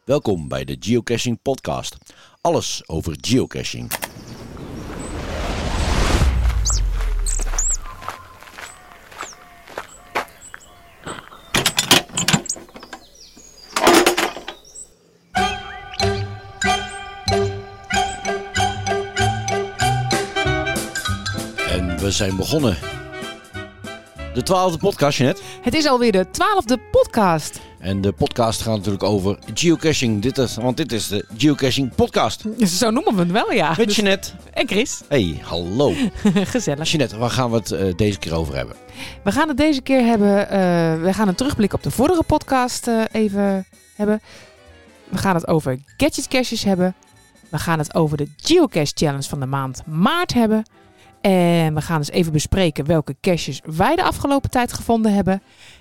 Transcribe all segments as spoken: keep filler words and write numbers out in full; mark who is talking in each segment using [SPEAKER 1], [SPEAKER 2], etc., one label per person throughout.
[SPEAKER 1] Welkom bij de Geocaching Podcast. Alles over geocaching. En we zijn begonnen. De twaalfde podcast, Jeanette.
[SPEAKER 2] Het is alweer de twaalfde podcast.
[SPEAKER 1] En de podcast gaat natuurlijk over geocaching. Dit is, want dit is de Geocaching Podcast.
[SPEAKER 2] Zo noemen we het wel, ja.
[SPEAKER 1] Met Jeanette.
[SPEAKER 2] En Chris.
[SPEAKER 1] Hey, hallo.
[SPEAKER 2] Gezellig.
[SPEAKER 1] Jeanette, waar gaan we het uh, deze keer over hebben?
[SPEAKER 2] We gaan het deze keer hebben... Uh, we gaan een terugblik op de vorige podcast uh, even hebben. We gaan het over gadget caches hebben. We gaan het over de Geocache Challenge van de maand maart hebben. En we gaan dus even bespreken welke caches wij de afgelopen tijd gevonden hebben.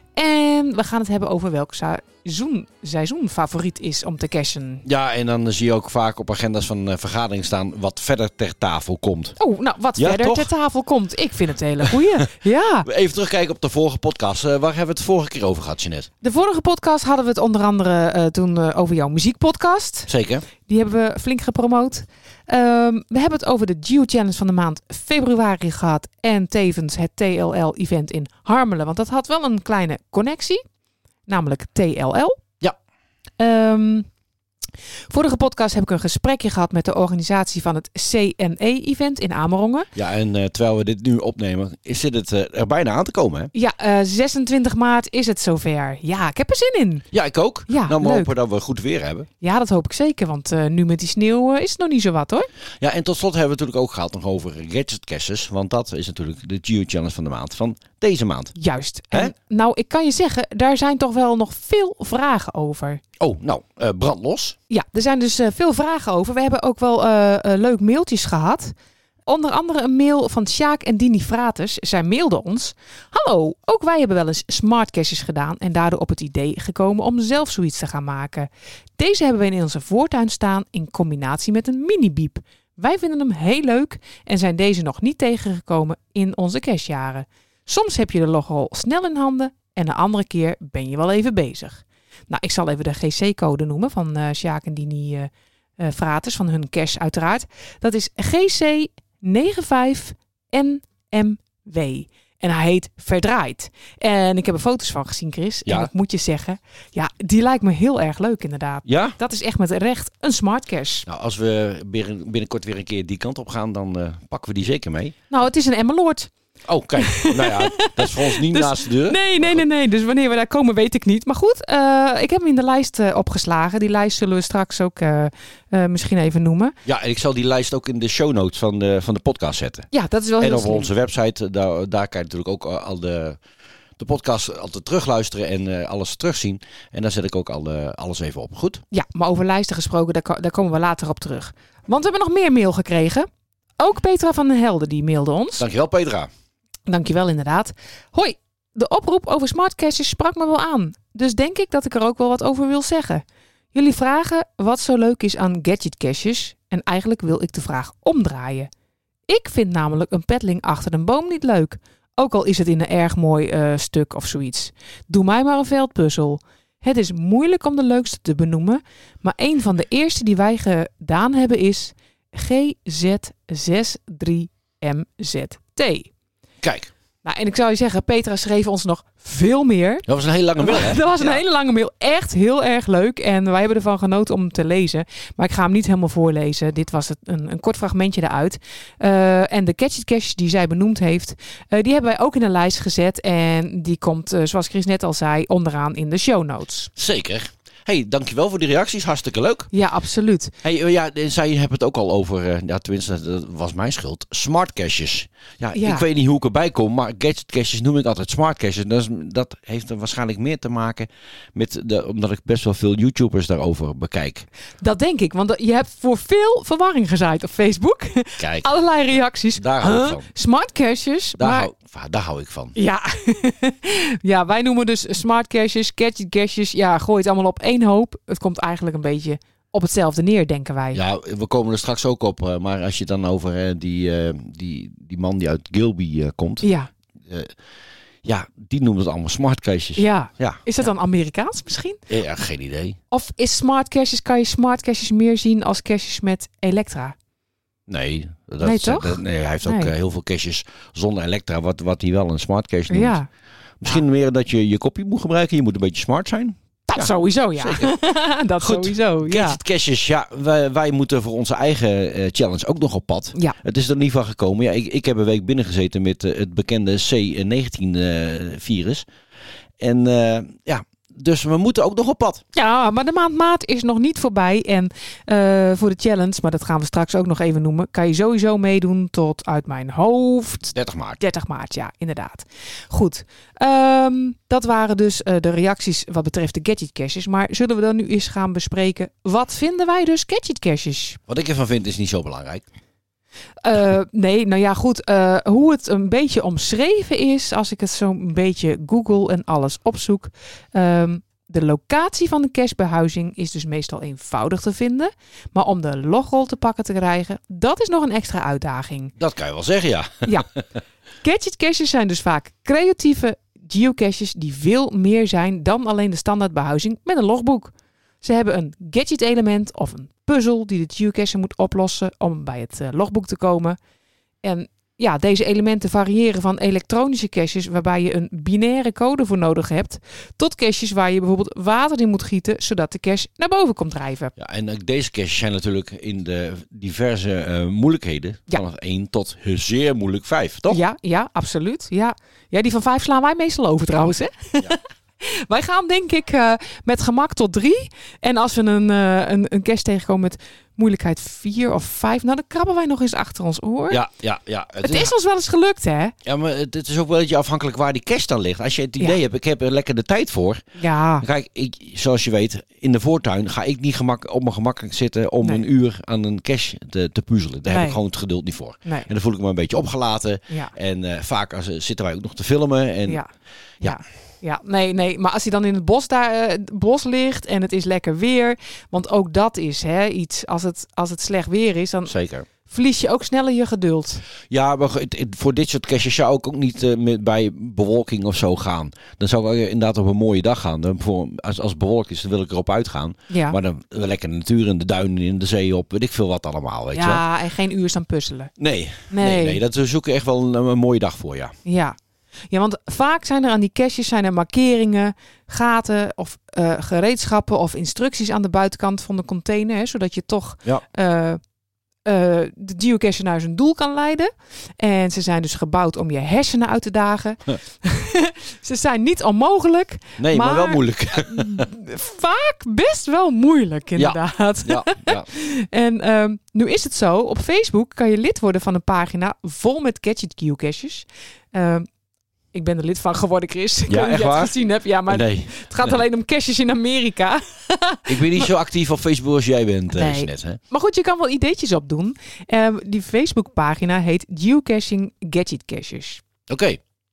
[SPEAKER 2] En we gaan het hebben over welk seizoen, seizoen favoriet is om te cachen.
[SPEAKER 1] Ja, en dan zie je ook vaak op agenda's van uh, vergaderingen staan wat verder ter tafel komt.
[SPEAKER 2] Oh, nou, wat
[SPEAKER 1] ja,
[SPEAKER 2] verder
[SPEAKER 1] toch?
[SPEAKER 2] ter tafel komt. Ik vind het een hele goeie. Ja.
[SPEAKER 1] Even terugkijken op de vorige podcast. Uh, waar hebben we het vorige keer over gehad, Jeanette?
[SPEAKER 2] De vorige podcast hadden we het onder andere uh, toen uh, over jouw muziekpodcast.
[SPEAKER 1] Zeker.
[SPEAKER 2] Die hebben we flink gepromoot. Um, we hebben het over de Geo Challenge van de maand februari gehad. En tevens het T L L-event in Harmelen. Want dat had wel een kleine connectie. Namelijk T L L.
[SPEAKER 1] Ja.
[SPEAKER 2] Um, vorige podcast heb ik een gesprekje gehad met de organisatie van het C N E-event in Amerongen.
[SPEAKER 1] Ja, en uh, terwijl we dit nu opnemen, is dit het uh, er bijna aan te komen, hè?
[SPEAKER 2] Ja, uh, zesentwintig maart is het zover. Ja, ik heb er zin in.
[SPEAKER 1] Ja, ik ook.
[SPEAKER 2] Ja,
[SPEAKER 1] nou, we
[SPEAKER 2] leuk.
[SPEAKER 1] hopen dat we goed weer hebben.
[SPEAKER 2] Ja, dat hoop ik zeker. Want uh, nu met die sneeuw uh, is het nog niet zo wat, hoor.
[SPEAKER 1] Ja, en tot slot hebben we natuurlijk ook gehad nog over gadget caches. Want dat is natuurlijk de Geo Challenge van de maand van deze maand.
[SPEAKER 2] Juist.
[SPEAKER 1] Hè?
[SPEAKER 2] En, nou, ik kan je zeggen, daar zijn toch wel nog veel vragen over.
[SPEAKER 1] Oh, nou, uh, brand los.
[SPEAKER 2] Ja, er zijn dus uh, veel vragen over. We hebben ook wel uh, uh, leuk mailtjes gehad. Onder andere een mail van Sjaak en Dini Frates. Zij mailden ons. Hallo, ook wij hebben wel eens smart caches gedaan en daardoor op het idee gekomen om zelf zoiets te gaan maken. Deze hebben we in onze voortuin staan in combinatie met een mini-biep. Wij vinden hem heel leuk en zijn deze nog niet tegengekomen in onze cachejaren. Soms heb je de logo snel in handen en de andere keer ben je wel even bezig. Nou, ik zal even de G C-code noemen van uh, Sjaak en Dini uh, uh, Frates, van hun cache uiteraard. Dat is G C negen vijf N M W. En hij heet Verdraaid. En ik heb er foto's van gezien, Chris.
[SPEAKER 1] Ja.
[SPEAKER 2] En ik moet je zeggen, ja, die lijkt me heel erg leuk inderdaad.
[SPEAKER 1] Ja?
[SPEAKER 2] Dat is echt met recht een smart cache.
[SPEAKER 1] Nou, als we binnenkort weer een keer die kant op gaan, dan uh, pakken we die zeker mee.
[SPEAKER 2] Nou, het is een Emmeloord.
[SPEAKER 1] Oh, kijk. Nou ja, dat is voor ons niet
[SPEAKER 2] Dus,
[SPEAKER 1] naast de deur.
[SPEAKER 2] Nee, nee, nee, nee. Dus wanneer we daar komen, weet ik niet. Maar goed, uh, ik heb hem in de lijst uh, opgeslagen. Die lijst zullen we straks ook uh, uh, misschien even noemen.
[SPEAKER 1] Ja, en ik zal die lijst ook in de show notes van de, van de podcast zetten.
[SPEAKER 2] Ja, dat is wel heel
[SPEAKER 1] En op
[SPEAKER 2] slim.
[SPEAKER 1] onze website, daar, daar kan je natuurlijk ook al de, de podcast altijd terugluisteren en uh, alles terugzien. En daar zet ik ook al, uh, alles even op. Goed?
[SPEAKER 2] Ja, maar over lijsten gesproken, daar, daar komen we later op terug. Want we hebben nog meer mail gekregen. Ook Petra van den Helden, die mailde ons.
[SPEAKER 1] Dankjewel, Petra.
[SPEAKER 2] Dankjewel inderdaad. Hoi, de oproep over smart caches sprak me wel aan. Dus denk ik dat ik er ook wel wat over wil zeggen. Jullie vragen wat zo leuk is aan gadget caches. En eigenlijk wil ik de vraag omdraaien. Ik vind namelijk een peddling achter een boom niet leuk. Ook al is het in een erg mooi uh, stuk of zoiets. Doe mij maar een veldpuzzel. Het is moeilijk om de leukste te benoemen. Maar een van de eerste die wij gedaan hebben is G Z zes drie M Z T.
[SPEAKER 1] Kijk,
[SPEAKER 2] Nou, en ik zou je zeggen, Petra schreef ons nog veel meer.
[SPEAKER 1] dat was een hele lange mail, hè?
[SPEAKER 2] Dat was een
[SPEAKER 1] Ja.
[SPEAKER 2] hele lange mail. Echt heel erg leuk. En wij hebben ervan genoten om hem te lezen. Maar ik ga hem niet helemaal voorlezen. Dit was het, een, een kort fragmentje eruit. Uh, en de gadget caches die zij benoemd heeft, uh, die hebben wij ook in een lijst gezet. En die komt, uh, zoals Chris net al zei, onderaan in de show notes.
[SPEAKER 1] Zeker. Hey, dankjewel voor die reacties. Hartstikke leuk.
[SPEAKER 2] Ja, absoluut.
[SPEAKER 1] Hey, ja, zij hebben het ook al over, uh, ja, tenminste, dat was mijn schuld, smart caches. Ja,
[SPEAKER 2] Ja.
[SPEAKER 1] ik weet niet hoe ik erbij kom, maar gadget caches noem ik altijd smart caches. Dat, is, dat heeft er waarschijnlijk meer te maken met, de, omdat ik best wel veel YouTubers daarover bekijk.
[SPEAKER 2] Dat denk ik, want je hebt voor veel verwarring gezaaid op Facebook.
[SPEAKER 1] Kijk,
[SPEAKER 2] Allerlei reacties.
[SPEAKER 1] daar hou ik
[SPEAKER 2] Huh?
[SPEAKER 1] van.
[SPEAKER 2] Smart caches.
[SPEAKER 1] Daar,
[SPEAKER 2] maar...
[SPEAKER 1] hou, daar hou ik van.
[SPEAKER 2] Ja. Ja, wij noemen dus smart caches, gadget caches. Ja, gooi het allemaal op één hoop. Het komt eigenlijk een beetje op hetzelfde neer, denken wij.
[SPEAKER 1] Ja, we komen er straks ook op, uh, maar als je dan over uh, die, uh, die, die man die uit Gilby uh, komt.
[SPEAKER 2] Ja.
[SPEAKER 1] Uh, Ja, die noemen het allemaal smart caches.
[SPEAKER 2] Ja.
[SPEAKER 1] Ja.
[SPEAKER 2] Is dat
[SPEAKER 1] ja.
[SPEAKER 2] dan Amerikaans misschien?
[SPEAKER 1] Ja, geen idee.
[SPEAKER 2] Of is smart caches, kan je smart caches meer zien als caches met Elektra?
[SPEAKER 1] Nee, dat,
[SPEAKER 2] Nee, toch?
[SPEAKER 1] Dat, nee, hij heeft ook
[SPEAKER 2] Nee.
[SPEAKER 1] uh, heel veel caches zonder Elektra, wat, wat hij wel een smart cache noemt.
[SPEAKER 2] Ja.
[SPEAKER 1] Misschien
[SPEAKER 2] Ja.
[SPEAKER 1] meer dat je je kopie moet gebruiken. Je moet een beetje smart zijn.
[SPEAKER 2] Dat
[SPEAKER 1] Ja.
[SPEAKER 2] sowieso, ja. dat
[SPEAKER 1] Goed.
[SPEAKER 2] sowieso, ja.
[SPEAKER 1] Gadget caches, ja, wij, wij moeten voor onze eigen uh, challenge ook nog op pad.
[SPEAKER 2] Ja.
[SPEAKER 1] Het is er niet van gekomen. Ja, ik, ik heb een week binnengezeten met uh, het bekende C negentien virus. En uh, ja, dus we moeten ook nog op pad.
[SPEAKER 2] Ja, maar de maand maart is nog niet voorbij. En uh, voor de challenge, maar dat gaan we straks ook nog even noemen, kan je sowieso meedoen tot uit mijn hoofd
[SPEAKER 1] dertig maart.
[SPEAKER 2] dertig maart, ja, inderdaad. Goed. Um, dat waren dus uh, de reacties wat betreft de gadget caches. Maar zullen we dan nu eens gaan bespreken, wat vinden wij dus gadget caches?
[SPEAKER 1] Wat ik ervan vind is niet zo belangrijk.
[SPEAKER 2] Uh, nee, nou ja, goed. Uh, hoe het een beetje omschreven is, als ik het zo'n beetje google en alles opzoek. Um, de locatie van de cachebehuizing is dus meestal eenvoudig te vinden. Maar om de logrol te pakken te krijgen, dat is nog een extra uitdaging.
[SPEAKER 1] Dat kan je wel zeggen, ja.
[SPEAKER 2] Ja. Gadget caches zijn dus vaak creatieve geocaches die veel meer zijn dan alleen de standaard behuizing met een logboek. Ze hebben een gadget element of een puzzel die de geocacher moet oplossen om bij het uh, logboek te komen. En ja, deze elementen variëren van elektronische caches waarbij je een binaire code voor nodig hebt, tot caches waar je bijvoorbeeld water in moet gieten zodat de cache naar boven komt drijven.
[SPEAKER 1] Ja, en uh, deze caches zijn natuurlijk in de diverse uh, moeilijkheden,
[SPEAKER 2] Ja.
[SPEAKER 1] vanaf één tot zeer moeilijk vijf, toch?
[SPEAKER 2] Ja, ja, absoluut. Ja. ja, die van vijf slaan wij meestal over trouwens, hè?
[SPEAKER 1] Ja.
[SPEAKER 2] Wij gaan denk ik uh, met gemak tot drie. En als we een, uh, een, een cache tegenkomen met moeilijkheid vier of vijf, nou dan krabben wij nog eens achter ons oor.
[SPEAKER 1] Ja, ja, ja.
[SPEAKER 2] Het is ons wel eens gelukt, hè?
[SPEAKER 1] Ja, maar het, het is ook wel een beetje afhankelijk waar die cache dan ligt. Als je het idee
[SPEAKER 2] Ja.
[SPEAKER 1] hebt, ik heb er lekker de tijd voor.
[SPEAKER 2] Ja.
[SPEAKER 1] Kijk, ik, zoals je weet, in de voortuin ga ik niet gemak, op mijn gemakkelijk zitten om
[SPEAKER 2] Nee.
[SPEAKER 1] een uur aan een cache te, te puzzelen. Daar
[SPEAKER 2] Nee.
[SPEAKER 1] heb ik gewoon het geduld niet voor.
[SPEAKER 2] Nee.
[SPEAKER 1] En dan voel ik me een beetje opgelaten.
[SPEAKER 2] Ja.
[SPEAKER 1] En uh, vaak als, zitten wij ook nog te filmen. En
[SPEAKER 2] Ja. Ja. Ja, nee, nee. Maar als hij dan in het bos daar uh, het bos ligt en het is lekker weer, want ook dat is hè, iets. Als het, als het slecht weer is, dan
[SPEAKER 1] Zeker.
[SPEAKER 2] verlies je ook sneller je geduld.
[SPEAKER 1] Ja, maar het, het, voor dit soort caches zou ik ook niet uh, met, bij bewolking of zo gaan. Dan zou ik inderdaad op een mooie dag gaan. Dan voor, als, als het bewolkt is, dan wil ik erop uitgaan.
[SPEAKER 2] Ja.
[SPEAKER 1] Maar dan lekker de natuur in de duinen, in de zee op. Weet ik veel wat allemaal, weet je wel.
[SPEAKER 2] Ja, en geen uur staan puzzelen.
[SPEAKER 1] Nee,
[SPEAKER 2] Nee.
[SPEAKER 1] nee, nee, dat zoek ik echt wel een, een mooie dag voor, ja.
[SPEAKER 2] Ja. Ja, want vaak zijn er aan die caches zijn er markeringen, gaten of uh, gereedschappen of instructies aan de buitenkant van de container, hè, zodat je toch
[SPEAKER 1] Ja.
[SPEAKER 2] uh, uh, de geocache naar zijn doel kan leiden. En ze zijn dus gebouwd om je hersenen uit te dagen.
[SPEAKER 1] Huh.
[SPEAKER 2] Ze zijn niet onmogelijk,
[SPEAKER 1] Nee, maar,
[SPEAKER 2] Maar-
[SPEAKER 1] wel moeilijk.
[SPEAKER 2] vaak best wel moeilijk inderdaad.
[SPEAKER 1] ja, ja.
[SPEAKER 2] En um, nu is het zo, op Facebook kan je lid worden van een pagina vol met gadget geocaches. Um, ik ben er lid van geworden, Chris. Ik
[SPEAKER 1] Ja,
[SPEAKER 2] weet niet of
[SPEAKER 1] echt
[SPEAKER 2] je het
[SPEAKER 1] waar?
[SPEAKER 2] gezien hebt. Ja, maar
[SPEAKER 1] Nee,
[SPEAKER 2] het gaat
[SPEAKER 1] nee.
[SPEAKER 2] alleen om caches in Amerika.
[SPEAKER 1] ik ben niet zo actief op Facebook als jij bent,
[SPEAKER 2] Nee.
[SPEAKER 1] uh, Jeanette, hè?
[SPEAKER 2] Maar goed, je kan wel ideetjes opdoen. Um, die Facebookpagina heet Geocaching Gadget Caches.
[SPEAKER 1] Oké.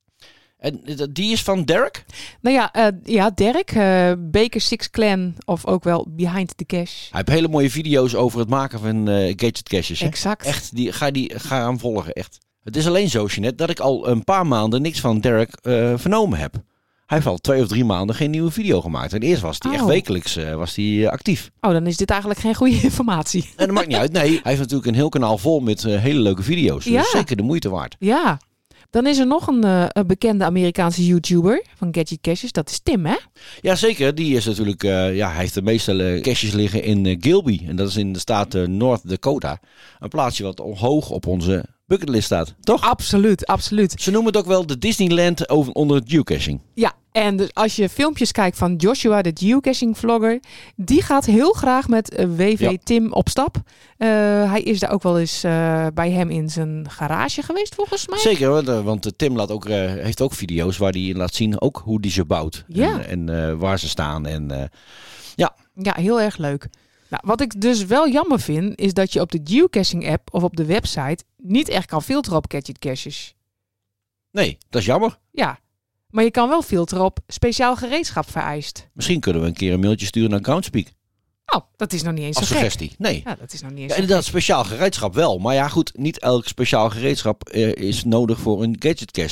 [SPEAKER 1] En uh, die is van Derek?
[SPEAKER 2] Nou ja, uh, ja Dirk, uh, Baker Six Clan of ook wel Behind the Cache.
[SPEAKER 1] Hij heeft hele mooie video's over het maken van uh, gadget caches, hè?
[SPEAKER 2] Exact.
[SPEAKER 1] Echt, die, ga, die, ga hem volgen, echt. Het is alleen zo, Jeanette, dat ik al een paar maanden niks van Derek uh, vernomen heb. Hij heeft al twee of drie maanden geen nieuwe video gemaakt. En eerst was hij echt
[SPEAKER 2] Oh.
[SPEAKER 1] wekelijks uh, was hij, uh, actief.
[SPEAKER 2] Oh, dan is dit eigenlijk geen goede informatie.
[SPEAKER 1] En dat maakt niet uit. Nee, hij heeft natuurlijk een heel kanaal vol met uh, hele leuke video's. Dus
[SPEAKER 2] Ja.
[SPEAKER 1] zeker de moeite waard.
[SPEAKER 2] Ja. Dan is er nog een, uh, een bekende Amerikaanse YouTuber van Gadget Caches. Dat is Tim, hè?
[SPEAKER 1] Ja, zeker. Die is natuurlijk, uh, ja, hij heeft de meeste uh, caches liggen in uh, Gilby. En dat is in de staat uh, North Dakota. Een plaatsje wat hoog op onze bucketlist staat. Toch?
[SPEAKER 2] Absoluut, absoluut.
[SPEAKER 1] Ze noemen het ook wel de Disneyland over, onder het geocaching.
[SPEAKER 2] Ja, en dus als je filmpjes kijkt van Joshua, de geocaching vlogger, die gaat heel graag met uh, W V
[SPEAKER 1] Ja.
[SPEAKER 2] Tim op stap. Uh, hij is daar ook wel eens uh, bij hem in zijn garage geweest, volgens mij.
[SPEAKER 1] Zeker, want, uh, want uh, Tim laat ook, uh, heeft ook video's waar hij laat zien ook hoe die ze bouwt.
[SPEAKER 2] Ja.
[SPEAKER 1] En, en uh, waar ze staan. En, uh,
[SPEAKER 2] Ja, heel erg leuk. Nou, wat ik dus wel jammer vind, is dat je op de geocaching app of op de website niet echt kan filteren op gadget caches.
[SPEAKER 1] nee, dat is jammer.
[SPEAKER 2] Ja, maar je kan wel filteren op speciaal gereedschap vereist.
[SPEAKER 1] Misschien kunnen we een keer een mailtje sturen naar Groundspeak.
[SPEAKER 2] Oh, dat is nog niet eens
[SPEAKER 1] Als
[SPEAKER 2] zo gek.
[SPEAKER 1] suggestie. Nee.
[SPEAKER 2] Ja, dat is nog niet eens
[SPEAKER 1] Ja,
[SPEAKER 2] zo
[SPEAKER 1] inderdaad, speciaal gereedschap wel. Maar ja, goed, niet elk speciaal gereedschap uh, is nodig voor een gadget cache.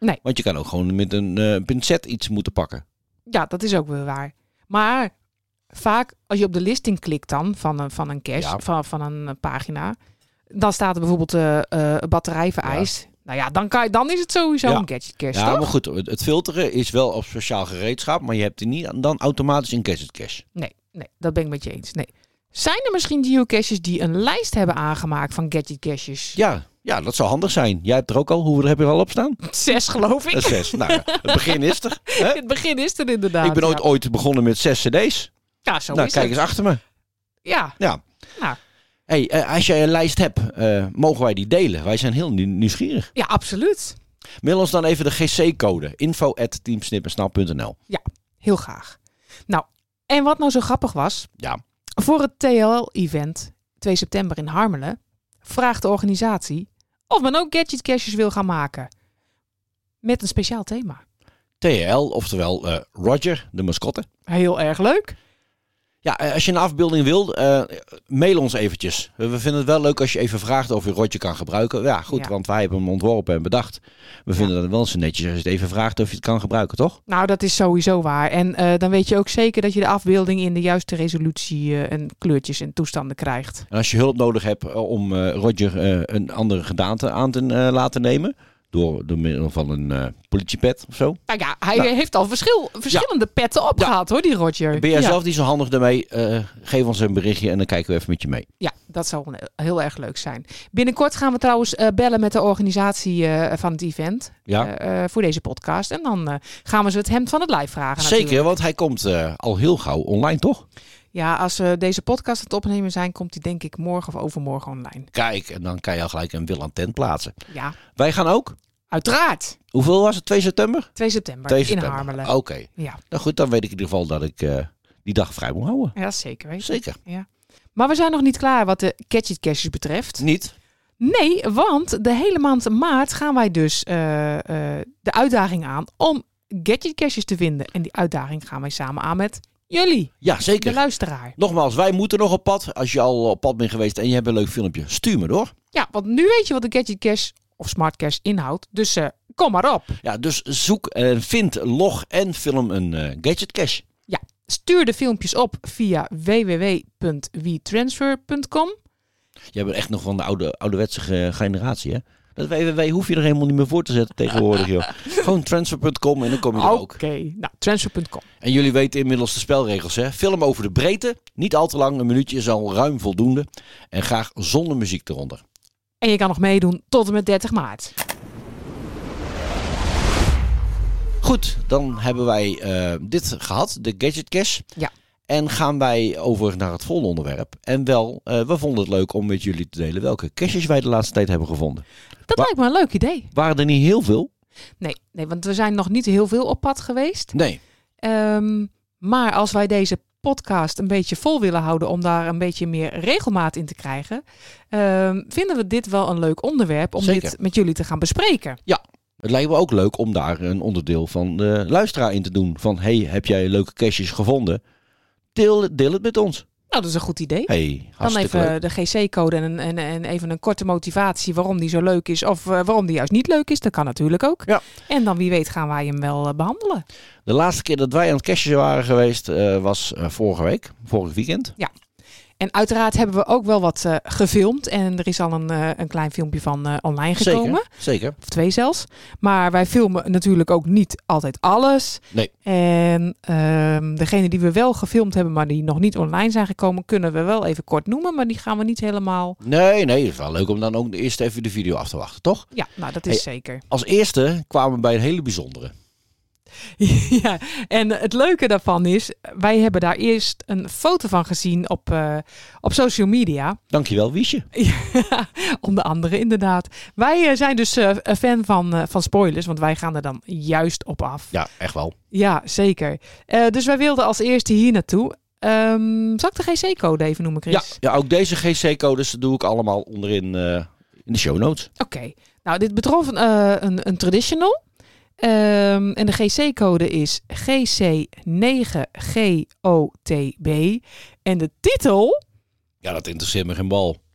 [SPEAKER 2] Nee.
[SPEAKER 1] Want je kan ook gewoon met een uh, pincet iets moeten pakken.
[SPEAKER 2] Ja, dat is ook weer waar. Maar vaak als je op de listing klikt dan van een, van een cache, ja. van, van een pagina, dan staat er bijvoorbeeld uh, uh, batterij vereist. Ja. Nou ja, dan, kan je, dan is het sowieso ja. een gadget cache,
[SPEAKER 1] Ja,
[SPEAKER 2] toch?
[SPEAKER 1] maar goed, het filteren is wel op speciaal gereedschap, maar je hebt er niet dan automatisch een gadget cache.
[SPEAKER 2] Nee, nee, dat ben ik met je eens. Nee. Zijn er misschien geocaches die een lijst hebben aangemaakt van gadget caches?
[SPEAKER 1] Ja, ja, dat zou handig zijn. Jij hebt er ook al. Hoeveel heb je er al op staan?
[SPEAKER 2] Zes, geloof ik.
[SPEAKER 1] Zes. Nou, het begin is er. Hè?
[SPEAKER 2] Het begin is er inderdaad.
[SPEAKER 1] Ik ben ooit,
[SPEAKER 2] ja.
[SPEAKER 1] ooit begonnen met zes cd's.
[SPEAKER 2] Ja, zo
[SPEAKER 1] nou,
[SPEAKER 2] is
[SPEAKER 1] kijk
[SPEAKER 2] het.
[SPEAKER 1] eens achter me.
[SPEAKER 2] Ja.
[SPEAKER 1] Ja.
[SPEAKER 2] Nou.
[SPEAKER 1] Hey, uh, als jij een lijst hebt, uh, mogen wij die delen? Wij zijn heel nieuw- nieuwsgierig.
[SPEAKER 2] Ja, absoluut.
[SPEAKER 1] Mail ons dan even de G C-code. info at teamsnippersnap punt n l.
[SPEAKER 2] Ja, heel graag. Nou, en wat nou zo grappig was.
[SPEAKER 1] Ja.
[SPEAKER 2] Voor het T L L-event twee september in Harmelen vraagt de organisatie of men ook gadget caches wil gaan maken. Met een speciaal thema.
[SPEAKER 1] T L L, oftewel uh, Roger, de mascotte.
[SPEAKER 2] Heel erg leuk.
[SPEAKER 1] Ja, als je een afbeelding wil, uh, mail ons eventjes. We vinden het wel leuk als je even vraagt of je Roger kan gebruiken. Ja, goed, ja. want wij hebben hem ontworpen en bedacht. We vinden ja. het wel eens netjes als je het even vraagt of je het kan gebruiken, toch?
[SPEAKER 2] Nou, dat is sowieso waar. En uh, dan weet je ook zeker dat je de afbeelding in de juiste resolutie uh, en kleurtjes en toestanden krijgt.
[SPEAKER 1] En als je hulp nodig hebt om uh, Roger uh, een andere gedaante aan te uh, laten nemen... Door, door middel van een uh, politiepet of zo.
[SPEAKER 2] Nou ja, hij nou. heeft al verschil, verschillende ja. petten opgehaald ja. hoor, die Roger.
[SPEAKER 1] Ben jij
[SPEAKER 2] ja.
[SPEAKER 1] zelf niet zo handig daarmee? Uh, geef ons een berichtje en dan kijken we even met je mee.
[SPEAKER 2] Ja, dat zou heel erg leuk zijn. Binnenkort gaan we trouwens uh, bellen met de organisatie uh, van het event. Ja. Uh, uh, voor deze podcast. En dan uh, gaan we ze het hemd van het lijf vragen.
[SPEAKER 1] Zeker,
[SPEAKER 2] natuurlijk.
[SPEAKER 1] want hij komt uh, al heel gauw online, toch?
[SPEAKER 2] Ja, als we deze podcast aan het opnemen zijn, komt hij denk ik morgen of overmorgen online.
[SPEAKER 1] Kijk, en dan kan je al gelijk een wil aan tent plaatsen.
[SPEAKER 2] Ja.
[SPEAKER 1] Wij gaan ook.
[SPEAKER 2] Uiteraard.
[SPEAKER 1] Hoeveel was het? twee september?
[SPEAKER 2] twee september,
[SPEAKER 1] twee
[SPEAKER 2] in
[SPEAKER 1] september.
[SPEAKER 2] Harmelen.
[SPEAKER 1] Oké. Okay.
[SPEAKER 2] Ja.
[SPEAKER 1] Nou goed, dan weet ik in ieder geval dat ik uh, die dag vrij moet houden.
[SPEAKER 2] Ja, zeker. Weet je.
[SPEAKER 1] Zeker.
[SPEAKER 2] Ja. Maar we zijn nog niet klaar wat de gadget caches betreft.
[SPEAKER 1] Niet?
[SPEAKER 2] Nee, want de hele maand maart gaan wij dus uh, uh, de uitdaging aan om gadget caches te vinden. En die uitdaging gaan wij samen aan met jullie.
[SPEAKER 1] Ja, zeker.
[SPEAKER 2] De luisteraar.
[SPEAKER 1] Nogmaals, wij moeten nog op pad. Als je al op pad bent geweest en je hebt een leuk filmpje, stuur me door.
[SPEAKER 2] Ja, want nu weet je wat de gadget cache of smart cache inhoudt. Dus uh, kom maar op.
[SPEAKER 1] Ja, dus zoek en vind, log en film een uh, gadget cache.
[SPEAKER 2] Ja, stuur de filmpjes op via w w w punt we transfer punt com.
[SPEAKER 1] Jij bent echt nog van de oude, ouderwetse generatie, hè? Dat w w w hoef je er helemaal niet meer voor te zetten tegenwoordig, joh. Gewoon transfer punt com en dan kom je er
[SPEAKER 2] okay.
[SPEAKER 1] ook.
[SPEAKER 2] Oké, nou, transfer punt com.
[SPEAKER 1] En jullie weten inmiddels de spelregels, hè? Film over de breedte, niet al te lang, een minuutje is al ruim voldoende. En graag zonder muziek eronder.
[SPEAKER 2] En je kan nog meedoen tot en met dertig maart.
[SPEAKER 1] Goed, dan hebben wij uh, dit gehad, de gadget cache.
[SPEAKER 2] Ja.
[SPEAKER 1] En gaan wij over naar het volgende onderwerp. En wel, uh, we vonden het leuk om met jullie te delen welke caches wij de laatste tijd hebben gevonden.
[SPEAKER 2] Dat Wa- lijkt me een leuk idee.
[SPEAKER 1] Waren er niet heel veel?
[SPEAKER 2] Nee, nee, want we zijn nog niet heel veel op pad geweest.
[SPEAKER 1] Nee.
[SPEAKER 2] Um, maar als wij deze podcast een beetje vol willen houden om daar een beetje meer regelmaat in te krijgen, um, vinden we dit wel een leuk onderwerp om
[SPEAKER 1] Zeker.
[SPEAKER 2] dit met jullie te gaan bespreken.
[SPEAKER 1] Ja. Het lijkt me ook leuk om daar een onderdeel van de luisteraar in te doen. Van, hey, heb jij leuke caches gevonden? Deel, deel het met ons.
[SPEAKER 2] Nou, dat is een goed idee.
[SPEAKER 1] Hey,
[SPEAKER 2] dan even
[SPEAKER 1] leuk.
[SPEAKER 2] de G C-code en, en, en even een korte motivatie waarom die zo leuk is. Of uh, waarom die juist niet leuk is. Dat kan natuurlijk ook.
[SPEAKER 1] Ja.
[SPEAKER 2] En dan wie weet gaan wij hem wel uh, behandelen.
[SPEAKER 1] De laatste keer dat wij aan het cachen waren geweest uh, was uh, vorige week. Vorig weekend.
[SPEAKER 2] Ja. En uiteraard hebben we ook wel wat uh, gefilmd. En er is al een, uh, een klein filmpje van uh, online gekomen.
[SPEAKER 1] Zeker, zeker.
[SPEAKER 2] Of twee zelfs. Maar wij filmen natuurlijk ook niet altijd alles.
[SPEAKER 1] Nee.
[SPEAKER 2] En uh, degene die we wel gefilmd hebben, maar die nog niet online zijn gekomen, kunnen we wel even kort noemen. Maar die gaan we niet helemaal...
[SPEAKER 1] Nee, nee. Het is wel leuk om dan ook eerst even de video af te wachten, toch?
[SPEAKER 2] Ja, nou dat is
[SPEAKER 1] hey,
[SPEAKER 2] zeker.
[SPEAKER 1] Als eerste kwamen we bij een hele bijzondere.
[SPEAKER 2] Ja, en het leuke daarvan is, wij hebben daar eerst een foto van gezien op, uh, op social media.
[SPEAKER 1] Dankjewel, Wiesje.
[SPEAKER 2] Ja, onder andere inderdaad. Wij uh, zijn dus uh, een fan van, uh, van spoilers, want wij gaan er dan juist op af.
[SPEAKER 1] Ja, echt wel.
[SPEAKER 2] Ja, zeker. Uh, dus wij wilden als eerste hier naartoe. Um, zal ik de G C-code even noemen, Chris?
[SPEAKER 1] Ja, ja, ook deze G C-codes doe ik allemaal onderin uh, in de show notes.
[SPEAKER 2] Oké. Okay. Nou, dit betrof een, uh, een, een traditional. Um, en de G C-code is G C negen G O T B. En de titel...
[SPEAKER 1] Ja, dat interesseert me geen bal.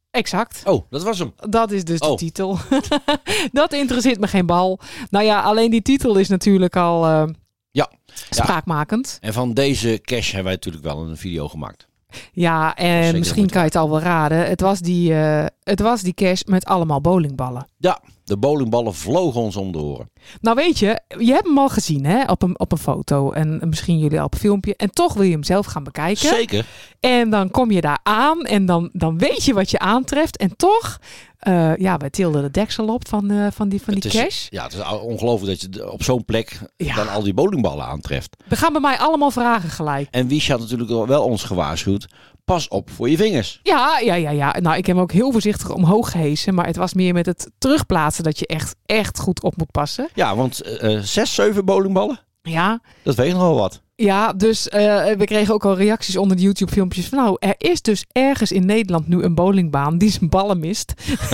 [SPEAKER 2] Exact.
[SPEAKER 1] Oh, dat was hem.
[SPEAKER 2] Dat is dus
[SPEAKER 1] oh.
[SPEAKER 2] de titel. Dat interesseert me geen bal. Nou ja, alleen die titel is natuurlijk al uh,
[SPEAKER 1] ja.
[SPEAKER 2] spraakmakend.
[SPEAKER 1] Ja. En van deze cache hebben wij natuurlijk wel een video gemaakt.
[SPEAKER 2] Ja, en
[SPEAKER 1] Zeker
[SPEAKER 2] misschien kan je het al wel raden. Het was die, uh, het was die cache met allemaal bowlingballen.
[SPEAKER 1] Ja, de bowlingballen vlogen ons om de oren.
[SPEAKER 2] Nou weet je, je hebt hem al gezien hè, op, een, op een foto en misschien jullie al op een filmpje. En toch wil je hem zelf gaan bekijken.
[SPEAKER 1] Zeker.
[SPEAKER 2] En dan kom je daar aan en dan, dan weet je wat je aantreft. En toch, uh, ja, wij tilden de deksel op van, uh, van die, van die
[SPEAKER 1] is,
[SPEAKER 2] cache.
[SPEAKER 1] Ja, het is ongelooflijk dat je op zo'n plek
[SPEAKER 2] ja.
[SPEAKER 1] dan al die bowlingballen aantreft.
[SPEAKER 2] Er gaan bij mij allemaal vragen gelijk.
[SPEAKER 1] En Wiesje had natuurlijk wel ons gewaarschuwd. Pas op voor je vingers.
[SPEAKER 2] Ja, ja, ja, ja. Nou, ik heb hem ook heel voorzichtig omhoog gehesen. Maar het was meer met het terugplaatsen dat je echt, echt goed op moet passen.
[SPEAKER 1] Ja, want uh, zes, zeven bowlingballen,
[SPEAKER 2] ja.
[SPEAKER 1] dat weegt nogal wat.
[SPEAKER 2] Ja, dus uh, we kregen ook al reacties onder de YouTube-filmpjes van nou, er is dus ergens in Nederland nu een bowlingbaan die zijn ballen mist.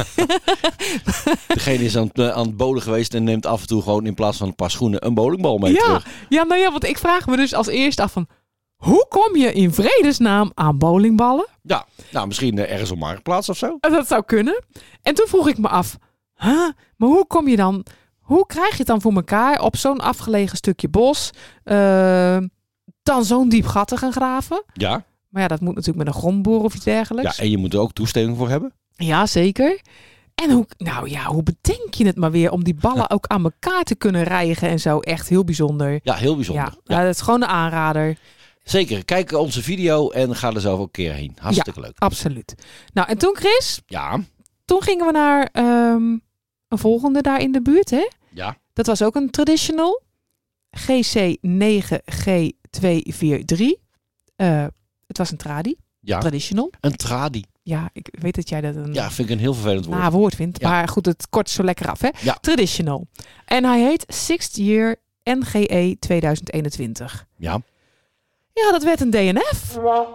[SPEAKER 1] Degene is aan het, aan het bowlen geweest en neemt af en toe gewoon in plaats van een paar schoenen een bowlingbal mee
[SPEAKER 2] ja.
[SPEAKER 1] terug.
[SPEAKER 2] Ja, nou ja, want ik vraag me dus als eerste af van hoe kom je in vredesnaam aan bowlingballen?
[SPEAKER 1] Ja, nou misschien uh, ergens op Marktplaats of zo.
[SPEAKER 2] Dat zou kunnen. En toen vroeg ik me af, huh? Maar hoe kom je dan, hoe krijg je het dan voor elkaar op zo'n afgelegen stukje bos, uh, dan zo'n diep gat te gaan graven?
[SPEAKER 1] Ja.
[SPEAKER 2] Maar ja, dat moet natuurlijk met een grondboor of iets dergelijks.
[SPEAKER 1] Ja, en je moet er ook toestemming voor hebben.
[SPEAKER 2] Ja, zeker. En hoe, nou ja, hoe bedenk je het maar weer om die ballen ja. ook aan elkaar te kunnen rijgen en zo? Echt heel bijzonder.
[SPEAKER 1] Ja, heel bijzonder.
[SPEAKER 2] Ja, ja. ja dat is gewoon een aanrader.
[SPEAKER 1] Zeker, kijk onze video en ga er zelf ook een keer heen. Hartstikke
[SPEAKER 2] ja,
[SPEAKER 1] leuk.
[SPEAKER 2] Absoluut. Nou, en toen Chris,
[SPEAKER 1] ja.
[SPEAKER 2] toen gingen we naar um, een volgende daar in de buurt, hè?
[SPEAKER 1] Ja.
[SPEAKER 2] Dat was ook een traditional. G C negen G twee vier drie. Uh, het was een tradi.
[SPEAKER 1] Ja.
[SPEAKER 2] Traditional.
[SPEAKER 1] Een tradi.
[SPEAKER 2] Ja, ik weet dat jij dat een
[SPEAKER 1] ja, vind ik een heel vervelend woord.
[SPEAKER 2] Nou, woord vindt. Ja. Maar goed, het kort zo lekker af, hè?
[SPEAKER 1] Ja.
[SPEAKER 2] Traditional. En hij heet Sixth Year N G E tweeduizend eenentwintig.
[SPEAKER 1] Ja.
[SPEAKER 2] Ja, dat werd een D N F.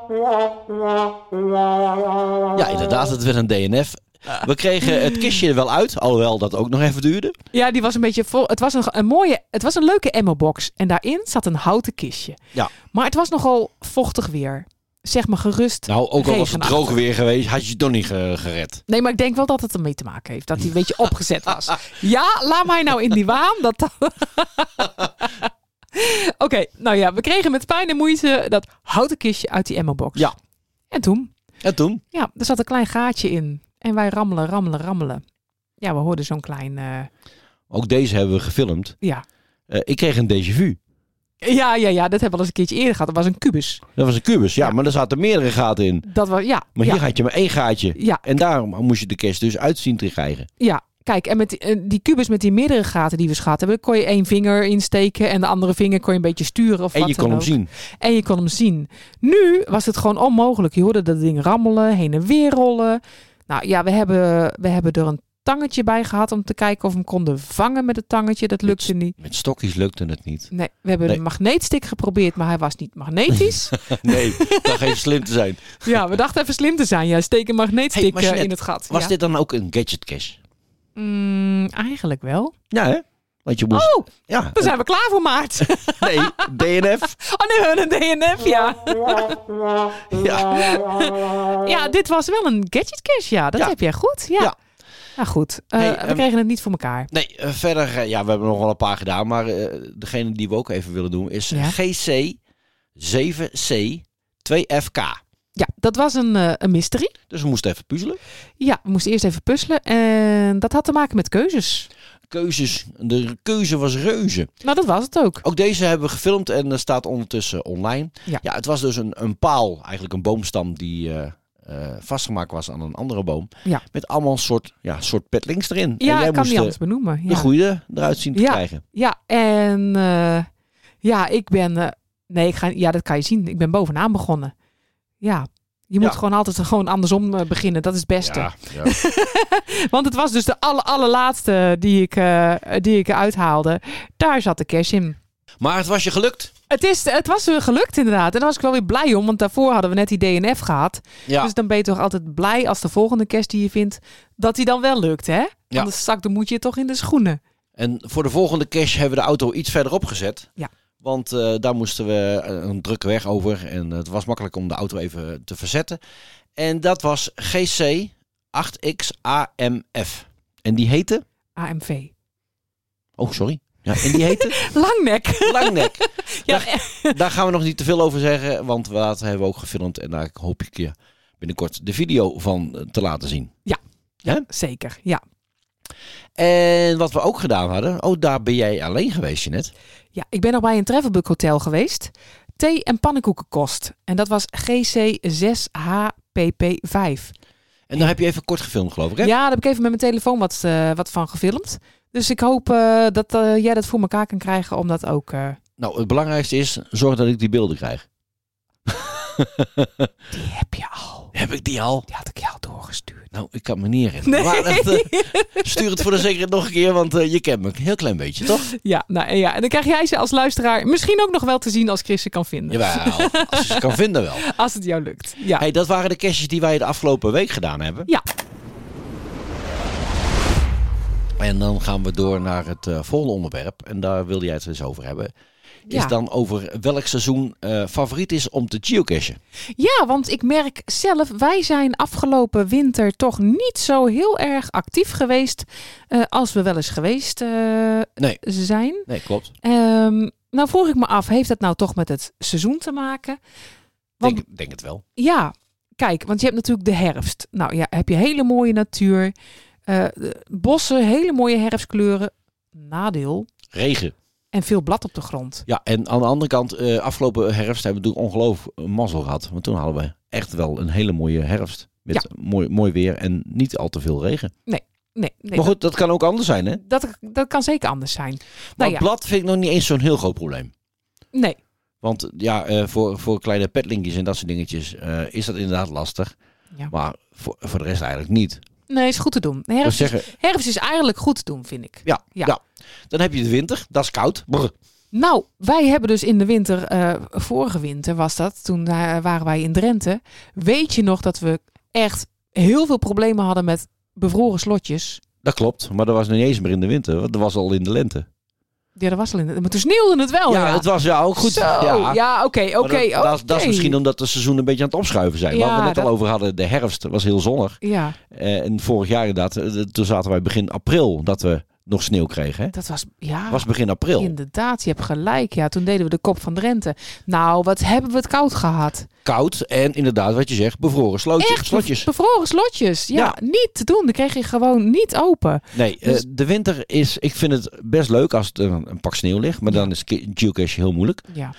[SPEAKER 1] Ja, inderdaad, het werd een D N F. We kregen het kistje er wel uit, alhoewel dat ook nog even duurde.
[SPEAKER 2] Ja, die was een beetje vol. Het was een, een mooie, het was een leuke ammo-box. En daarin zat een houten kistje.
[SPEAKER 1] Ja.
[SPEAKER 2] Maar het was nogal vochtig weer. Zeg maar gerust.
[SPEAKER 1] Nou, ook al was het droog weer geweest, had je het toch niet gered.
[SPEAKER 2] Nee, maar ik denk wel dat het ermee te maken heeft. Dat hij een beetje opgezet was. Ja, laat mij nou in die waan. Dat... Oké, okay, nou ja, we kregen met pijn en moeite dat houten kistje uit die ammo-box.
[SPEAKER 1] Ja.
[SPEAKER 2] En toen?
[SPEAKER 1] En toen?
[SPEAKER 2] Ja, er zat een klein gaatje in. En wij rammelen, rammelen, rammelen. Ja, we hoorden zo'n klein... Uh...
[SPEAKER 1] Ook deze hebben we gefilmd.
[SPEAKER 2] Ja.
[SPEAKER 1] Uh, ik kreeg een déjà vu.
[SPEAKER 2] Ja, ja, ja, dat hebben we al eens een keertje eerder gehad. Dat was een kubus.
[SPEAKER 1] Dat was een kubus, ja,
[SPEAKER 2] ja.
[SPEAKER 1] maar er zaten meerdere gaten in.
[SPEAKER 2] Dat was, ja.
[SPEAKER 1] Maar hier
[SPEAKER 2] ja.
[SPEAKER 1] had je maar één gaatje.
[SPEAKER 2] Ja.
[SPEAKER 1] En daarom moest je de kist dus uitzien te krijgen.
[SPEAKER 2] Ja, kijk, en met die, die kubus met die meerdere gaten die we schat hebben, kon je één vinger insteken en de andere vinger kon je een beetje sturen of
[SPEAKER 1] en
[SPEAKER 2] wat
[SPEAKER 1] je kon
[SPEAKER 2] dan
[SPEAKER 1] hem
[SPEAKER 2] ook.
[SPEAKER 1] zien.
[SPEAKER 2] En je kon hem zien. Nu was het gewoon onmogelijk. Je hoorde dat ding rammelen, heen en weer rollen. Nou ja, we hebben, we hebben er een tangetje bij gehad om te kijken of we hem konden vangen met het tangetje. Dat lukte
[SPEAKER 1] met,
[SPEAKER 2] niet.
[SPEAKER 1] Met stokjes lukte het niet.
[SPEAKER 2] Nee, we hebben nee. een magneetstick geprobeerd, maar hij was niet magnetisch.
[SPEAKER 1] Nee, dat ging slim te zijn.
[SPEAKER 2] Ja, we dachten even slim te zijn. Ja, steek een magneetstick hey, Jeanette, in het gat.
[SPEAKER 1] Was
[SPEAKER 2] ja.
[SPEAKER 1] dit dan ook een gadget cache?
[SPEAKER 2] Mm, eigenlijk wel.
[SPEAKER 1] Ja, hè? Want je moest...
[SPEAKER 2] Oh,
[SPEAKER 1] ja,
[SPEAKER 2] dan zijn we klaar voor maart.
[SPEAKER 1] Nee, D N F.
[SPEAKER 2] Oh nee, een D N F, ja.
[SPEAKER 1] Ja,
[SPEAKER 2] ja dit was wel een gadget cache, ja. Dat ja. heb jij goed, ja. ja. Nou goed, uh, hey, we um, kregen het niet voor elkaar.
[SPEAKER 1] Nee, uh, verder, uh, ja, we hebben nog wel een paar gedaan. Maar uh, degene die we ook even willen doen is ja. G C zeven C twee F K.
[SPEAKER 2] Ja, dat was een, uh, een mystery.
[SPEAKER 1] Dus we moesten even puzzelen.
[SPEAKER 2] Ja, we moesten eerst even puzzelen. En dat had te maken met keuzes.
[SPEAKER 1] Keuzes. De keuze was reuze.
[SPEAKER 2] Nou, dat was het ook.
[SPEAKER 1] Ook deze hebben we gefilmd en uh, staat ondertussen online.
[SPEAKER 2] Ja.
[SPEAKER 1] ja, het was dus een, een paal, eigenlijk een boomstam die uh, uh, vastgemaakt was aan een andere boom.
[SPEAKER 2] Ja.
[SPEAKER 1] Met allemaal een soort, ja, soort petlinks erin.
[SPEAKER 2] Ja,
[SPEAKER 1] en jij
[SPEAKER 2] ik kan
[SPEAKER 1] moest
[SPEAKER 2] die anders benoemen. Ja.
[SPEAKER 1] de goede eruit zien te
[SPEAKER 2] ja.
[SPEAKER 1] krijgen.
[SPEAKER 2] Ja, en uh, ja, ik ben... Uh, nee, ik ga, ja, dat kan je zien. Ik ben bovenaan begonnen. Ja. Je moet ja. gewoon altijd gewoon andersom uh, beginnen. Dat is het beste.
[SPEAKER 1] Ja, ja.
[SPEAKER 2] Want het was dus de aller, allerlaatste die ik, uh, die ik uithaalde. Daar zat de cash in.
[SPEAKER 1] Maar het was je gelukt?
[SPEAKER 2] Het, is, het was gelukt inderdaad. En daar was ik wel weer blij om. Want daarvoor hadden we net die D N F gehad.
[SPEAKER 1] Ja.
[SPEAKER 2] Dus dan ben je toch altijd blij als de volgende cash die je vindt, dat die dan wel lukt, hè?
[SPEAKER 1] Ja.
[SPEAKER 2] Anders zak dan moet je toch in de schoenen.
[SPEAKER 1] En voor de volgende cache hebben we de auto iets verderop gezet.
[SPEAKER 2] Ja.
[SPEAKER 1] Want uh, daar moesten we een drukke weg over. En het was makkelijk om de auto even te verzetten. En dat was G C acht X A M F. En die heette?
[SPEAKER 2] A M V.
[SPEAKER 1] Oh, sorry. Ja, en die heette?
[SPEAKER 2] Langnek.
[SPEAKER 1] Langnek.
[SPEAKER 2] Ja,
[SPEAKER 1] daar, daar gaan we nog niet te veel over zeggen, want we laten hebben we ook gefilmd. En daar hoop ik je binnenkort de video van te laten zien.
[SPEAKER 2] Ja,
[SPEAKER 1] Hè?
[SPEAKER 2] zeker. Ja.
[SPEAKER 1] En wat we ook gedaan hadden, oh, daar ben jij alleen geweest, Jeanette.
[SPEAKER 2] Ja, ik ben nog bij een Travelbook Hotel geweest. Thee en pannenkoekenkost. En dat was G C zes H P P vijf.
[SPEAKER 1] En daar heb je even kort gefilmd, geloof ik, hè?
[SPEAKER 2] Ja, daar heb ik even met mijn telefoon wat, uh, wat van gefilmd. Dus ik hoop uh, dat uh, jij dat voor elkaar kan krijgen om dat ook... Uh...
[SPEAKER 1] Nou, het belangrijkste is, zorg dat ik die beelden krijg.
[SPEAKER 2] Die heb je al.
[SPEAKER 1] Heb ik die al?
[SPEAKER 2] Die had ik jou doorgestuurd.
[SPEAKER 1] Nou, ik kan me niet herinneren.
[SPEAKER 2] Nee.
[SPEAKER 1] Maar dat, uh, stuur het voor de zekerheid nog een keer, want uh, je kent me een heel klein beetje, toch?
[SPEAKER 2] Ja, nou, en ja, en dan krijg jij ze als luisteraar misschien ook nog wel te zien als Chris ze kan vinden.
[SPEAKER 1] Jawel, als je ze kan vinden wel.
[SPEAKER 2] Als het jou lukt, ja.
[SPEAKER 1] Hey, dat waren de caches die wij de afgelopen week gedaan hebben.
[SPEAKER 2] Ja.
[SPEAKER 1] En dan gaan we door naar het uh, volgende onderwerp. En daar wilde jij het eens over hebben. Is
[SPEAKER 2] Ja.
[SPEAKER 1] dan over welk seizoen uh, favoriet is om te geocachen.
[SPEAKER 2] Ja, want ik merk zelf, wij zijn afgelopen winter toch niet zo heel erg actief geweest uh, als we wel eens geweest uh,
[SPEAKER 1] Nee.
[SPEAKER 2] zijn.
[SPEAKER 1] Nee, klopt.
[SPEAKER 2] Um, nou vroeg ik me af, heeft dat nou toch met het seizoen te maken? Want,
[SPEAKER 1] Denk, denk het wel.
[SPEAKER 2] ja, kijk, want je hebt natuurlijk de herfst. Nou ja, heb je hele mooie natuur, uh, bossen, hele mooie herfstkleuren. Nadeel.
[SPEAKER 1] Regen.
[SPEAKER 2] En veel blad op de grond.
[SPEAKER 1] Ja, en aan de andere kant, uh, afgelopen herfst hebben we natuurlijk ongelooflijk mazzel gehad. Want toen hadden we echt wel een hele mooie herfst. Met
[SPEAKER 2] Ja.
[SPEAKER 1] mooi, mooi weer en niet al te veel regen.
[SPEAKER 2] Nee, nee.
[SPEAKER 1] Maar goed, dat kan ook anders zijn, hè?
[SPEAKER 2] Dat, dat kan zeker anders zijn.
[SPEAKER 1] Maar
[SPEAKER 2] Nou ja,
[SPEAKER 1] blad vind ik nog niet eens zo'n heel groot probleem.
[SPEAKER 2] nee.
[SPEAKER 1] Want ja, uh, voor, voor kleine petlinkjes en dat soort dingetjes uh, is dat inderdaad lastig.
[SPEAKER 2] Ja.
[SPEAKER 1] Maar voor, voor de rest eigenlijk niet.
[SPEAKER 2] Nee, is goed te doen.
[SPEAKER 1] Dus
[SPEAKER 2] Herfst,
[SPEAKER 1] zeggen,
[SPEAKER 2] is, herfst is eigenlijk goed te doen, vind ik.
[SPEAKER 1] ja,
[SPEAKER 2] Ja.
[SPEAKER 1] ja. Dan heb je de winter, dat is koud. Brr.
[SPEAKER 2] Nou, wij hebben dus in de winter, uh, vorige winter was dat, toen uh, waren wij in Drenthe. Weet je nog dat we echt heel veel problemen hadden met bevroren slotjes?
[SPEAKER 1] Dat klopt, maar dat was niet eens meer in de winter, want dat was al in de lente.
[SPEAKER 2] Ja, dat was al in de... Maar toen sneeuwde het wel,
[SPEAKER 1] Ja,
[SPEAKER 2] ja.
[SPEAKER 1] het was ja ook goed.
[SPEAKER 2] Zo,
[SPEAKER 1] ja,
[SPEAKER 2] ja, oké,
[SPEAKER 1] Maar
[SPEAKER 2] oké,
[SPEAKER 1] dat, dat, is- dat is
[SPEAKER 2] oké.
[SPEAKER 1] misschien omdat de seizoenen een beetje aan het opschuiven zijn.
[SPEAKER 2] Ja,
[SPEAKER 1] Wat we net
[SPEAKER 2] dat-
[SPEAKER 1] al over hadden, de herfst was heel zonnig.
[SPEAKER 2] Ja,
[SPEAKER 1] Uh, en vorig jaar inderdaad, uh, toen zaten wij begin april dat we nog sneeuw kregen. Hè?
[SPEAKER 2] dat was... Ja,
[SPEAKER 1] was begin april.
[SPEAKER 2] inderdaad, je hebt gelijk. Ja, toen deden we de kop van Drenthe. Nou, wat hebben we het koud gehad.
[SPEAKER 1] Koud en inderdaad wat je zegt, bevroren slootjes,
[SPEAKER 2] Echt,
[SPEAKER 1] slotjes.
[SPEAKER 2] bevroren slotjes. Ja,
[SPEAKER 1] Ja.
[SPEAKER 2] niet te doen. Dan kreeg je gewoon niet open.
[SPEAKER 1] Nee, uh,
[SPEAKER 2] Dus-
[SPEAKER 1] de winter is, ik vind het best leuk als er een, een pak sneeuw ligt. Maar dan is ge- geocache heel moeilijk.
[SPEAKER 2] Ja.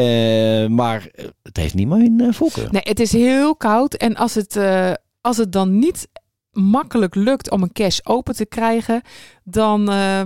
[SPEAKER 1] Uh, maar uh, het heeft niet mijn uh, voorkeur.
[SPEAKER 2] Nee, het is heel koud. En als het, uh, als het dan niet makkelijk lukt om een cache open te krijgen, dan, uh,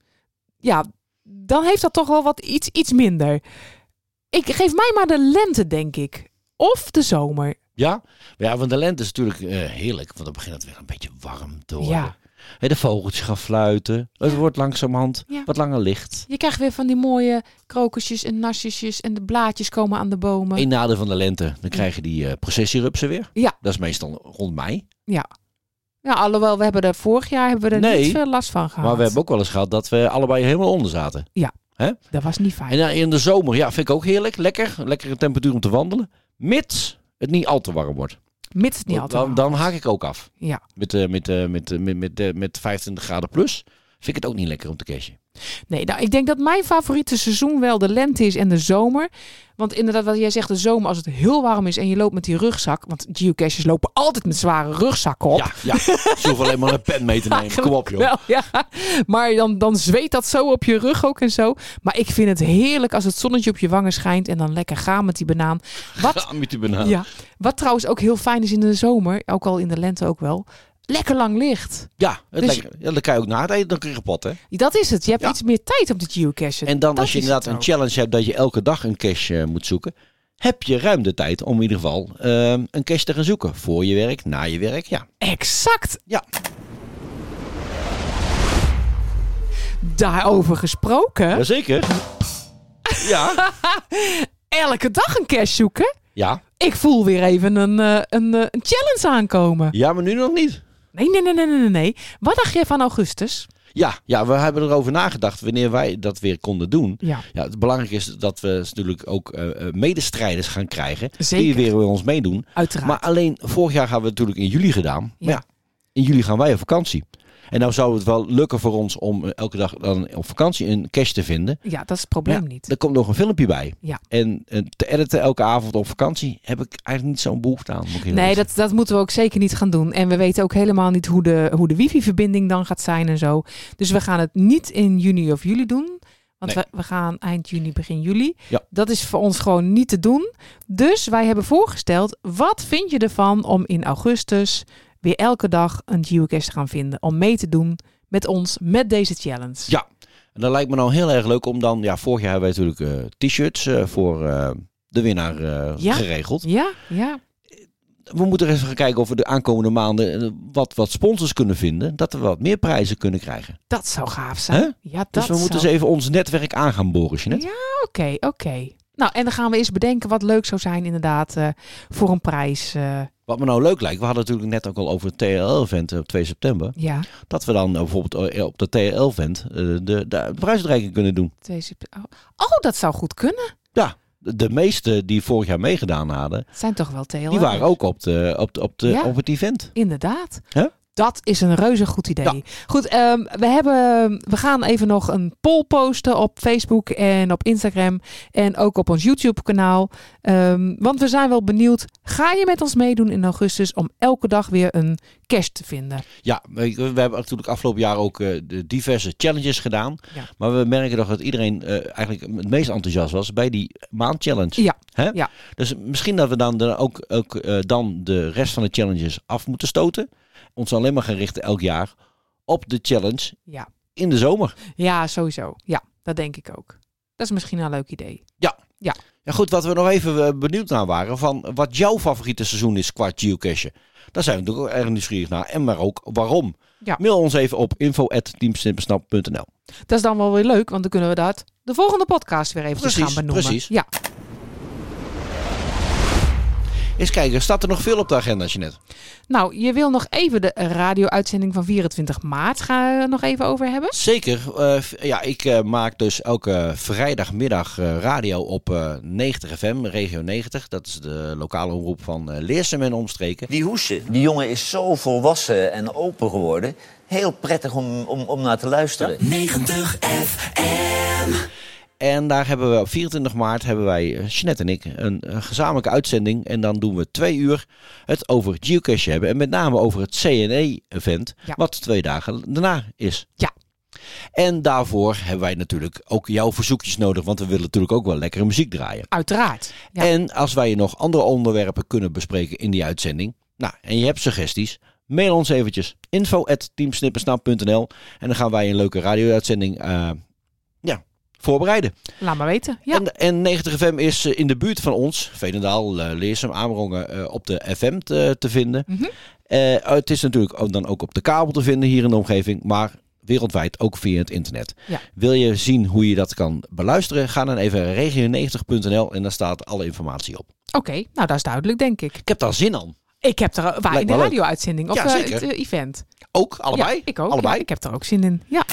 [SPEAKER 2] ja, dan heeft dat toch wel wat iets, iets minder. Ik geef mij maar de lente, denk ik. Of de zomer.
[SPEAKER 1] Ja? Ja, want de lente is natuurlijk uh, heerlijk. Want dan begint het weer een beetje warm te worden.
[SPEAKER 2] Ja.
[SPEAKER 1] Hey, de vogeltjes gaan fluiten. Het wordt langzamerhand
[SPEAKER 2] Ja.
[SPEAKER 1] wat langer licht.
[SPEAKER 2] Je krijgt weer van die mooie krokusjes en narcissus en de blaadjes komen aan de bomen.
[SPEAKER 1] Eén nadeel van de lente, dan krijg je die uh, processierupsen weer.
[SPEAKER 2] Ja.
[SPEAKER 1] Dat is meestal rond mei.
[SPEAKER 2] Ja. Ja, alhoewel, we hebben er vorig jaar hebben we er
[SPEAKER 1] Nee,
[SPEAKER 2] niet veel last van gehad.
[SPEAKER 1] Maar we hebben ook wel eens gehad dat we allebei helemaal onder zaten.
[SPEAKER 2] Dat was niet fijn.
[SPEAKER 1] En dan in de zomer, ja, vind ik ook heerlijk. Lekker. Lekkere temperatuur om te wandelen. Mits het niet al te warm wordt.
[SPEAKER 2] Mits het niet altijd
[SPEAKER 1] Dan, dan haak ik ook af.
[SPEAKER 2] Ja.
[SPEAKER 1] Met, uh, met, uh, met, uh, met, met, uh, met vijfentwintig graden plus vind ik het ook niet lekker om te cashen.
[SPEAKER 2] Nee, nou, ik denk dat mijn favoriete seizoen wel de lente is en de zomer. Want inderdaad, wat jij zegt, de zomer als het heel warm is en je loopt met die rugzak. Want geocaches lopen altijd met zware rugzakken op.
[SPEAKER 1] Ja, ja. Ze hoeven alleen maar een pen mee te nemen. Kom op, joh.
[SPEAKER 2] Wel, ja. Maar dan, dan zweet dat zo op je rug ook en zo. Maar ik vind het heerlijk als het zonnetje op je wangen schijnt en dan lekker gaan met die banaan. Wat,
[SPEAKER 1] Ga met die banaan.
[SPEAKER 2] ja, wat trouwens ook heel fijn is in de zomer, ook al in de lente ook wel. Lekker lang licht.
[SPEAKER 1] Ja, het
[SPEAKER 2] Dus-
[SPEAKER 1] lekker, ja, dan kan je ook na het eten, dan kun je kapot, hè.
[SPEAKER 2] Dat is het. Je hebt
[SPEAKER 1] Ja.
[SPEAKER 2] iets meer tijd om te geocachen.
[SPEAKER 1] En dan
[SPEAKER 2] Dat
[SPEAKER 1] als je
[SPEAKER 2] is
[SPEAKER 1] inderdaad
[SPEAKER 2] het
[SPEAKER 1] een
[SPEAKER 2] ook.
[SPEAKER 1] challenge hebt dat je elke dag een cache uh, moet zoeken, heb je ruim de tijd om in ieder geval uh, een cache te gaan zoeken. Voor je werk, na je werk, ja.
[SPEAKER 2] Exact.
[SPEAKER 1] Ja.
[SPEAKER 2] Daarover gesproken.
[SPEAKER 1] Jazeker. Ja.
[SPEAKER 2] Elke dag een cache zoeken.
[SPEAKER 1] Ja.
[SPEAKER 2] Ik voel weer even een, uh, een, uh, een challenge aankomen.
[SPEAKER 1] Ja, maar nu nog niet.
[SPEAKER 2] Nee, nee, nee, nee, nee, nee. Wat dacht je van augustus?
[SPEAKER 1] Ja, ja, we hebben erover nagedacht wanneer wij dat weer konden doen.
[SPEAKER 2] Ja.
[SPEAKER 1] Ja, het belangrijke is dat we natuurlijk ook uh, medestrijders gaan krijgen.
[SPEAKER 2] Zeker.
[SPEAKER 1] Die weer met ons meedoen.
[SPEAKER 2] Uiteraard.
[SPEAKER 1] Maar alleen vorig jaar hebben we het natuurlijk in juli gedaan. Maar
[SPEAKER 2] Ja.
[SPEAKER 1] ja, in juli gaan wij op vakantie. En nou zou het wel lukken voor ons om elke dag dan op vakantie een cache te vinden.
[SPEAKER 2] Ja, dat is het probleem
[SPEAKER 1] ja,
[SPEAKER 2] niet.
[SPEAKER 1] Er komt nog een filmpje bij.
[SPEAKER 2] Ja.
[SPEAKER 1] En uh, te editen elke avond op vakantie heb ik eigenlijk niet zo'n behoefte aan. Moet ik
[SPEAKER 2] nee, dat, dat moeten we ook zeker niet gaan doen. En we weten ook helemaal niet hoe de, hoe de wifi-verbinding dan gaat zijn en zo. Dus we gaan het niet in juni of juli doen. Want nee. we, we gaan eind juni, begin juli.
[SPEAKER 1] Ja.
[SPEAKER 2] Dat is voor ons gewoon niet te doen. Dus wij hebben voorgesteld, wat vind je ervan om in augustus weer elke dag een geocache te gaan vinden. Om mee te doen met ons, met deze challenge.
[SPEAKER 1] Ja, en dat lijkt me nou heel erg leuk om dan... Ja, vorig jaar hebben wij natuurlijk uh, t-shirts uh, voor uh, de winnaar uh,
[SPEAKER 2] ja.
[SPEAKER 1] geregeld.
[SPEAKER 2] Ja, ja.
[SPEAKER 1] We moeten even gaan kijken of we de aankomende maanden wat, wat sponsors kunnen vinden. Dat we wat meer prijzen kunnen krijgen.
[SPEAKER 2] Dat zou gaaf zijn.
[SPEAKER 1] Huh?
[SPEAKER 2] Ja, dat
[SPEAKER 1] dus we
[SPEAKER 2] zou...
[SPEAKER 1] moeten eens even ons netwerk aan gaan boren, Jeanette.
[SPEAKER 2] Ja, oké, okay, oké. Okay. Nou, en dan gaan we eens bedenken wat leuk zou zijn inderdaad uh, voor een prijs. Uh...
[SPEAKER 1] Wat me nou leuk lijkt, we hadden natuurlijk net ook al over het T L L-event op twee september.
[SPEAKER 2] Ja. Dat
[SPEAKER 1] we dan uh, bijvoorbeeld op de T L L-event uh, de, de, de prijsuitreiking kunnen doen.
[SPEAKER 2] twee september. Oh, dat zou goed kunnen.
[SPEAKER 1] Ja. De meeste die vorig jaar meegedaan hadden,
[SPEAKER 2] zijn toch wel T L L?
[SPEAKER 1] Die waren ook op, de, op, de, op, de,
[SPEAKER 2] ja,
[SPEAKER 1] op het event.
[SPEAKER 2] Inderdaad.
[SPEAKER 1] Huh?
[SPEAKER 2] Dat is een reuze goed idee. Ja. Goed, um, we, hebben, we gaan even nog een poll posten op Facebook en op Instagram. En ook op ons YouTube kanaal. Um, want we zijn wel benieuwd. Ga je met ons meedoen in augustus om elke dag weer een cache te vinden?
[SPEAKER 1] Ja, we, we hebben natuurlijk afgelopen jaar ook uh, de diverse challenges gedaan. Ja. Maar we merken toch dat iedereen uh, eigenlijk het meest enthousiast was bij die maandchallenge.
[SPEAKER 2] Ja.
[SPEAKER 1] Hè?
[SPEAKER 2] Ja.
[SPEAKER 1] Dus misschien dat we dan de, ook, ook uh, dan de rest van de challenges af moeten stoten. Ons alleen maar gaan richten elk jaar op de challenge
[SPEAKER 2] ja.
[SPEAKER 1] in de zomer.
[SPEAKER 2] Ja, sowieso. Ja, dat denk ik ook. Dat is misschien een leuk idee.
[SPEAKER 1] Ja.
[SPEAKER 2] Ja.
[SPEAKER 1] Ja, goed, wat we nog even benieuwd naar waren van wat jouw favoriete seizoen is qua geocachen. Daar zijn we natuurlijk ook erg nieuwsgierig naar. En maar ook waarom. Ja. Mail ons even op info at teamsnippersnap punt n l.
[SPEAKER 2] Dat is dan wel weer leuk, want dan kunnen we dat de volgende podcast weer eventjes
[SPEAKER 1] precies,
[SPEAKER 2] gaan benoemen.
[SPEAKER 1] Precies.
[SPEAKER 2] Ja.
[SPEAKER 1] Eens kijken, staat er nog veel op de agenda, Jeanette?
[SPEAKER 2] Nou, je wil nog even de radio-uitzending van vierentwintig maart gaan we nog even over hebben?
[SPEAKER 1] Zeker. Uh, ja, ik uh, maak dus elke vrijdagmiddag uh, radio op uh, negentig F M, regio negentig. Dat is de lokale omroep van uh, Leersum en omstreken.
[SPEAKER 3] Die Hoese, die jongen is zo volwassen en open geworden. Heel prettig om, om, om naar te luisteren.
[SPEAKER 4] Ja. negentig F M.
[SPEAKER 1] En daar hebben we op vierentwintig maart hebben wij, Jeanette en ik, een, een gezamenlijke uitzending. En dan doen we twee uur het over geocache hebben. En met name over het C N E-event, ja. wat twee dagen daarna is.
[SPEAKER 2] Ja.
[SPEAKER 1] En daarvoor hebben wij natuurlijk ook jouw verzoekjes nodig. Want we willen natuurlijk ook wel lekkere muziek draaien.
[SPEAKER 2] Uiteraard. Ja.
[SPEAKER 1] En als wij nog andere onderwerpen kunnen bespreken in die uitzending. Nou, en je hebt suggesties. Mail ons eventjes. info at teamsnippersnap punt n l. En dan gaan wij een leuke radio-uitzending uh, ja, voorbereiden.
[SPEAKER 2] Laat maar weten. Ja.
[SPEAKER 1] En, en negentig F M is in de buurt van ons, Veenendaal, uh, Leersum, Amerongen, uh, op de F M te, te vinden. Mm-hmm. Uh, het is natuurlijk ook, dan ook op de kabel te vinden hier in de omgeving, maar wereldwijd ook via het internet. Ja. Wil je zien hoe je dat kan beluisteren? Ga dan even regio negentig punt n l en daar staat alle informatie op.
[SPEAKER 2] Oké, okay, nou dat is duidelijk, denk ik.
[SPEAKER 1] Ik heb daar zin aan.
[SPEAKER 2] Ik heb er waar in de radio-uitzending of
[SPEAKER 1] ja,
[SPEAKER 2] uh,
[SPEAKER 1] zeker.
[SPEAKER 2] het uh, event.
[SPEAKER 1] Ook, allebei?
[SPEAKER 2] Ja, ik ook.
[SPEAKER 1] Allebei?
[SPEAKER 2] Ja, ik heb er ook zin in. Ja.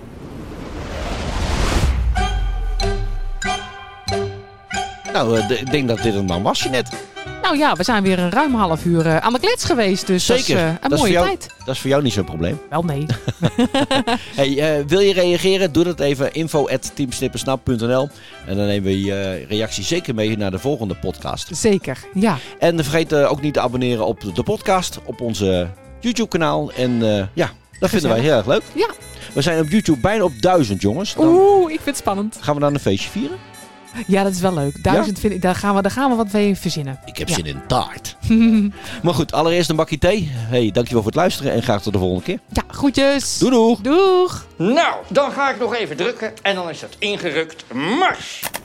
[SPEAKER 1] Nou, uh, ik denk dat dit hem dan was, Jeanette.
[SPEAKER 2] Nou ja, we zijn weer een ruim half uur uh, aan de klets geweest. Dus
[SPEAKER 1] zeker.
[SPEAKER 2] dat is uh, een
[SPEAKER 1] dat
[SPEAKER 2] mooie
[SPEAKER 1] is jou,
[SPEAKER 2] tijd.
[SPEAKER 1] Dat is voor jou niet zo'n probleem.
[SPEAKER 2] Wel nee.
[SPEAKER 1] hey, uh, wil je reageren? Doe dat even. info at teamsnippersnap punt n l. En dan nemen we je uh, reactie zeker mee naar de volgende podcast.
[SPEAKER 2] Zeker, ja.
[SPEAKER 1] En vergeet uh, ook niet te abonneren op de podcast. Op onze YouTube kanaal. En uh, ja, dat Gezellig. vinden wij heel erg leuk.
[SPEAKER 2] Ja.
[SPEAKER 1] We zijn op YouTube bijna op duizend, jongens. Dan
[SPEAKER 2] Oeh, ik vind het spannend.
[SPEAKER 1] Gaan we dan een feestje vieren?
[SPEAKER 2] Ja, dat is wel leuk. Duizend ja? vind ik, daar, gaan we, daar gaan we wat mee verzinnen.
[SPEAKER 1] Ik heb
[SPEAKER 2] ja.
[SPEAKER 1] zin in taart. Maar goed, allereerst een bakje thee. Hey, dankjewel voor het luisteren en graag tot de volgende keer.
[SPEAKER 2] Ja, groetjes.
[SPEAKER 1] Doei doeg.
[SPEAKER 2] Doeg.
[SPEAKER 5] Nou, dan ga ik nog even drukken en dan is het ingerukt. Mars!